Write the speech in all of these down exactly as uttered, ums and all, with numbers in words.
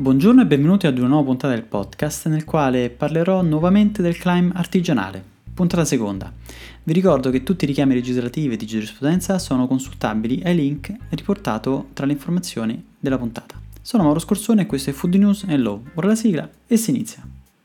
Buongiorno e benvenuti ad una nuova puntata del podcast nel quale parlerò nuovamente del climb artigianale. Puntata seconda. Vi ricordo che tutti i richiami legislativi e di giurisprudenza sono consultabili ai link riportato tra le informazioni della puntata. Sono Mauro Scorsone e questo è Food News and Law. Ora la sigla e si inizia.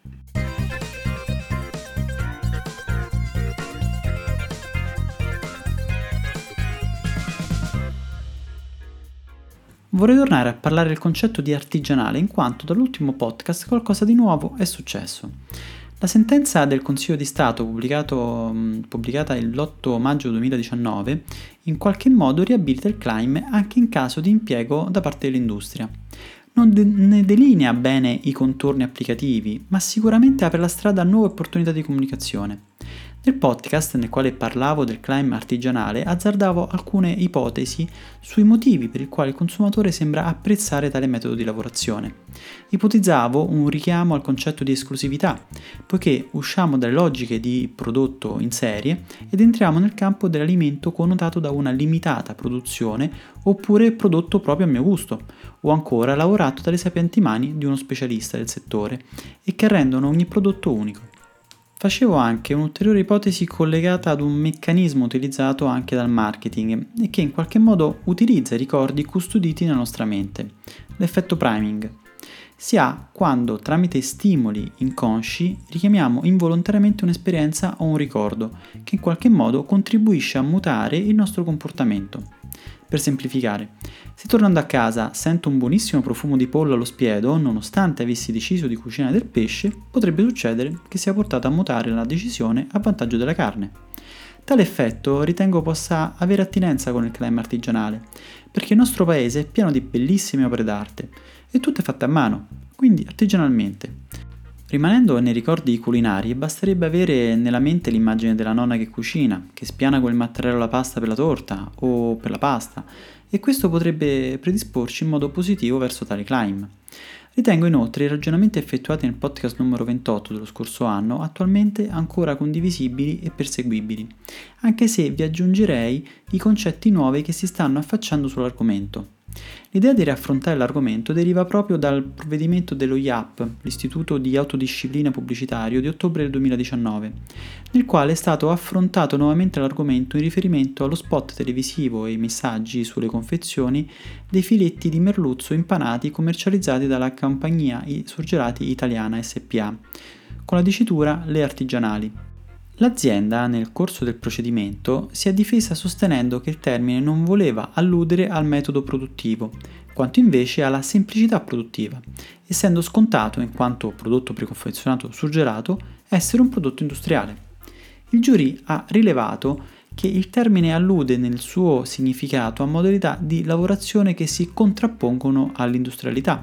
Vorrei tornare a parlare del concetto di artigianale in quanto dall'ultimo podcast qualcosa di nuovo è successo. La sentenza del Consiglio di Stato pubblicato, pubblicata l'otto maggio duemiladiciannove in qualche modo riabilita il climb anche in caso di impiego da parte dell'industria. Non de- ne delinea bene i contorni applicativi, ma sicuramente apre la strada a nuove opportunità di comunicazione. Nel podcast nel quale parlavo del climb artigianale azzardavo alcune ipotesi sui motivi per i quali il consumatore sembra apprezzare tale metodo di lavorazione. Ipotizzavo un richiamo al concetto di esclusività, poiché usciamo dalle logiche di prodotto in serie ed entriamo nel campo dell'alimento connotato da una limitata produzione oppure prodotto proprio a mio gusto, o ancora lavorato dalle sapienti mani di uno specialista del settore e che rendono ogni prodotto unico. Facevo anche un'ulteriore ipotesi collegata ad un meccanismo utilizzato anche dal marketing e che in qualche modo utilizza i ricordi custoditi nella nostra mente, l'effetto priming. Si ha quando tramite stimoli inconsci richiamiamo involontariamente un'esperienza o un ricordo che in qualche modo contribuisce a mutare il nostro comportamento. Per semplificare, se tornando a casa sento un buonissimo profumo di pollo allo spiedo, nonostante avessi deciso di cucinare del pesce, potrebbe succedere che sia portato a mutare la decisione a vantaggio della carne. Tale effetto ritengo possa avere attinenza con il climb artigianale, perché il nostro paese è pieno di bellissime opere d'arte e tutte fatte a mano, quindi artigianalmente. Rimanendo nei ricordi culinari, basterebbe avere nella mente l'immagine della nonna che cucina, che spiana quel mattarello alla pasta per la torta o per la pasta, e questo potrebbe predisporci in modo positivo verso tale climb. Ritengo inoltre i ragionamenti effettuati nel podcast numero ventotto dello scorso anno attualmente ancora condivisibili e perseguibili, anche se vi aggiungerei i concetti nuovi che si stanno affacciando sull'argomento. L'idea di riaffrontare l'argomento deriva proprio dal provvedimento dello I A P, l'Istituto di Autodisciplina Pubblicitario, di ottobre del duemiladiciannove, nel quale è stato affrontato nuovamente l'argomento in riferimento allo spot televisivo e ai messaggi sulle confezioni dei filetti di merluzzo impanati commercializzati dalla compagnia Surgelati Italiana S P A, con la dicitura Le Artigianali. L'azienda, nel corso del procedimento, si è difesa sostenendo che il termine non voleva alludere al metodo produttivo, quanto invece alla semplicità produttiva, essendo scontato, in quanto prodotto preconfezionato surgelato, essere un prodotto industriale. Il giurì ha rilevato che il termine allude nel suo significato a modalità di lavorazione che si contrappongono all'industrialità,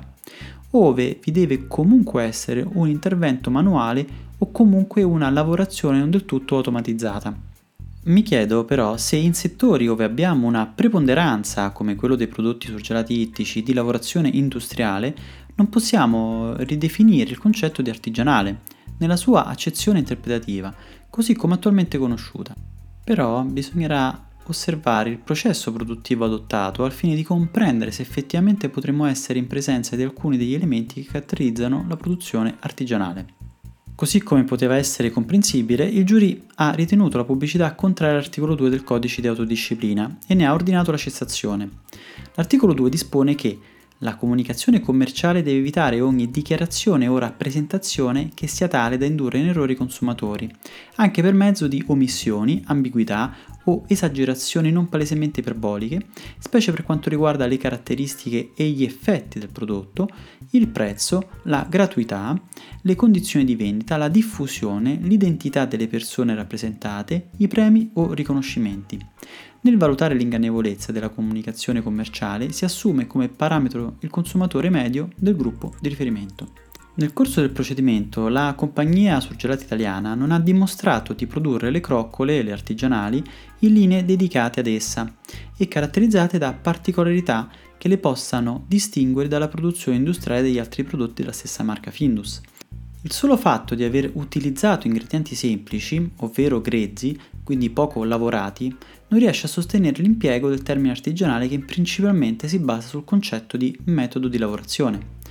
ove vi deve comunque essere un intervento manuale o comunque una lavorazione non del tutto automatizzata. Mi chiedo però se in settori dove abbiamo una preponderanza, come quello dei prodotti surgelati ittici, di lavorazione industriale, non possiamo ridefinire il concetto di artigianale, nella sua accezione interpretativa, così come attualmente conosciuta. Però bisognerà osservare il processo produttivo adottato al fine di comprendere se effettivamente potremmo essere in presenza di alcuni degli elementi che caratterizzano la produzione artigianale. Così come poteva essere comprensibile, il giurì ha ritenuto la pubblicità contraria all'articolo due del Codice di Autodisciplina e ne ha ordinato la cessazione. L'articolo due dispone che la comunicazione commerciale deve evitare ogni dichiarazione o rappresentazione che sia tale da indurre in errore i consumatori, anche per mezzo di omissioni, ambiguità o esagerazioni non palesemente iperboliche, specie per quanto riguarda le caratteristiche e gli effetti del prodotto, il prezzo, la gratuità, le condizioni di vendita, la diffusione, l'identità delle persone rappresentate, i premi o riconoscimenti. Nel valutare l'ingannevolezza della comunicazione commerciale si assume come parametro il consumatore medio del gruppo di riferimento. Nel corso del procedimento la compagnia Surgelati Italiana non ha dimostrato di produrre le croccole e le artigianali in linee dedicate ad essa e caratterizzate da particolarità che le possano distinguere dalla produzione industriale degli altri prodotti della stessa marca Findus. Il solo fatto di aver utilizzato ingredienti semplici, ovvero grezzi, quindi poco lavorati, non riesce a sostenere l'impiego del termine artigianale che principalmente si basa sul concetto di metodo di lavorazione.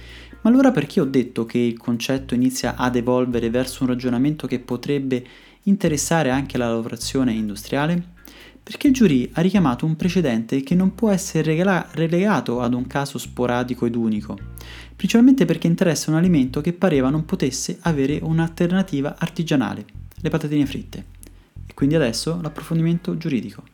Ma allora perché ho detto che il concetto inizia ad evolvere verso un ragionamento che potrebbe interessare anche la lavorazione industriale? Perché il giurì ha richiamato un precedente che non può essere regala- relegato ad un caso sporadico ed unico, principalmente perché interessa un alimento che pareva non potesse avere un'alternativa artigianale, le patatine fritte. E quindi adesso l'approfondimento giuridico.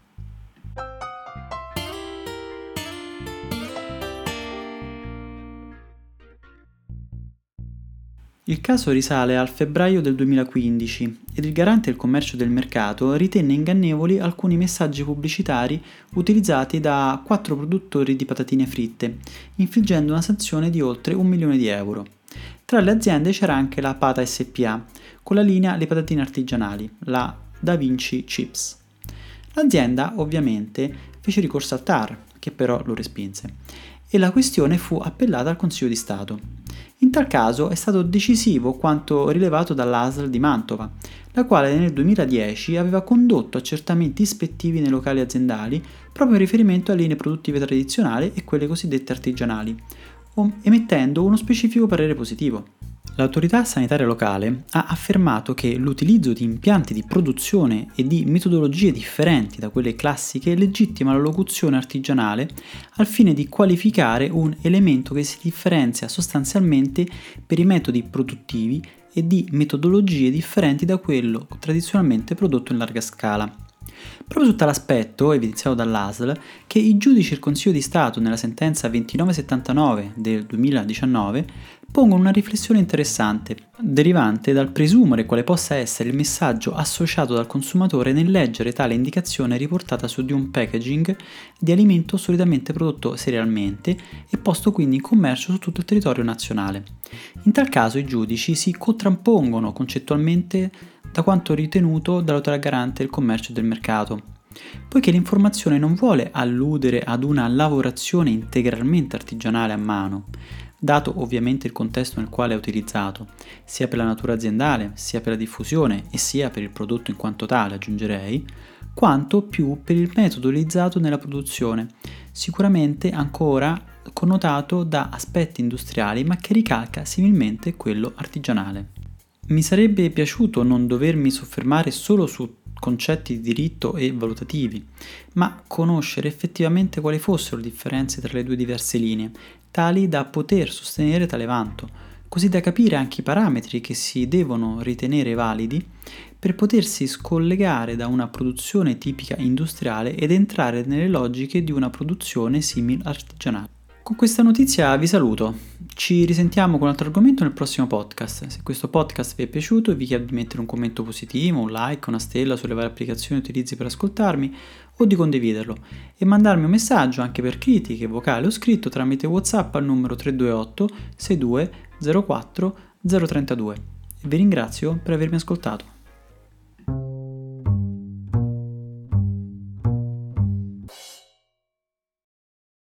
Il caso risale al febbraio del duemilaquindici ed il garante del commercio del mercato ritenne ingannevoli alcuni messaggi pubblicitari utilizzati da quattro produttori di patatine fritte, infliggendo una sanzione di oltre un milione di euro. Tra le aziende c'era anche la Pata S P A, con la linea Le patatine artigianali, la Da Vinci Chips. L'azienda, ovviamente, fece ricorso al T A R, che però lo respinse, e la questione fu appellata al Consiglio di Stato. In tal caso è stato decisivo quanto rilevato dall'A S L di Mantova, la quale nel duemiladieci aveva condotto accertamenti ispettivi nei locali aziendali proprio in riferimento alle linee produttive tradizionali e quelle cosiddette artigianali, emettendo uno specifico parere positivo. L'autorità sanitaria locale ha affermato che l'utilizzo di impianti di produzione e di metodologie differenti da quelle classiche legittima la locuzione artigianale al fine di qualificare un elemento che si differenzia sostanzialmente per i metodi produttivi e di metodologie differenti da quello tradizionalmente prodotto in larga scala. Proprio su tale aspetto, evidenziato dall'A S L, che i giudici del Consiglio di Stato nella sentenza ventinove settantanove del duemiladiciannove pongono una riflessione interessante, derivante dal presumere quale possa essere il messaggio associato dal consumatore nel leggere tale indicazione riportata su di un packaging di alimento solitamente prodotto serialmente e posto quindi in commercio su tutto il territorio nazionale. In tal caso i giudici si contrappongono concettualmente da quanto ritenuto dall'autorità garante del commercio e del mercato, poiché l'informazione non vuole alludere ad una lavorazione integralmente artigianale a mano, dato ovviamente il contesto nel quale è utilizzato, sia per la natura aziendale, sia per la diffusione e sia per il prodotto in quanto tale, aggiungerei, quanto più per il metodo utilizzato nella produzione, sicuramente ancora connotato da aspetti industriali ma che ricalca similmente quello artigianale. Mi sarebbe piaciuto non dovermi soffermare solo su concetti di diritto e valutativi, ma conoscere effettivamente quali fossero le differenze tra le due diverse linee, tali da poter sostenere tale vanto, così da capire anche i parametri che si devono ritenere validi per potersi scollegare da una produzione tipica industriale ed entrare nelle logiche di una produzione simil artigianale. Con questa notizia vi saluto, ci risentiamo con un altro argomento nel prossimo podcast. Se questo podcast vi è piaciuto vi chiedo di mettere un commento positivo, un like, una stella sulle varie applicazioni che utilizzi per ascoltarmi o di condividerlo e mandarmi un messaggio anche per critiche, vocale o scritto tramite WhatsApp al numero tre due otto sei due zero quattro zero tre due. E vi ringrazio per avermi ascoltato.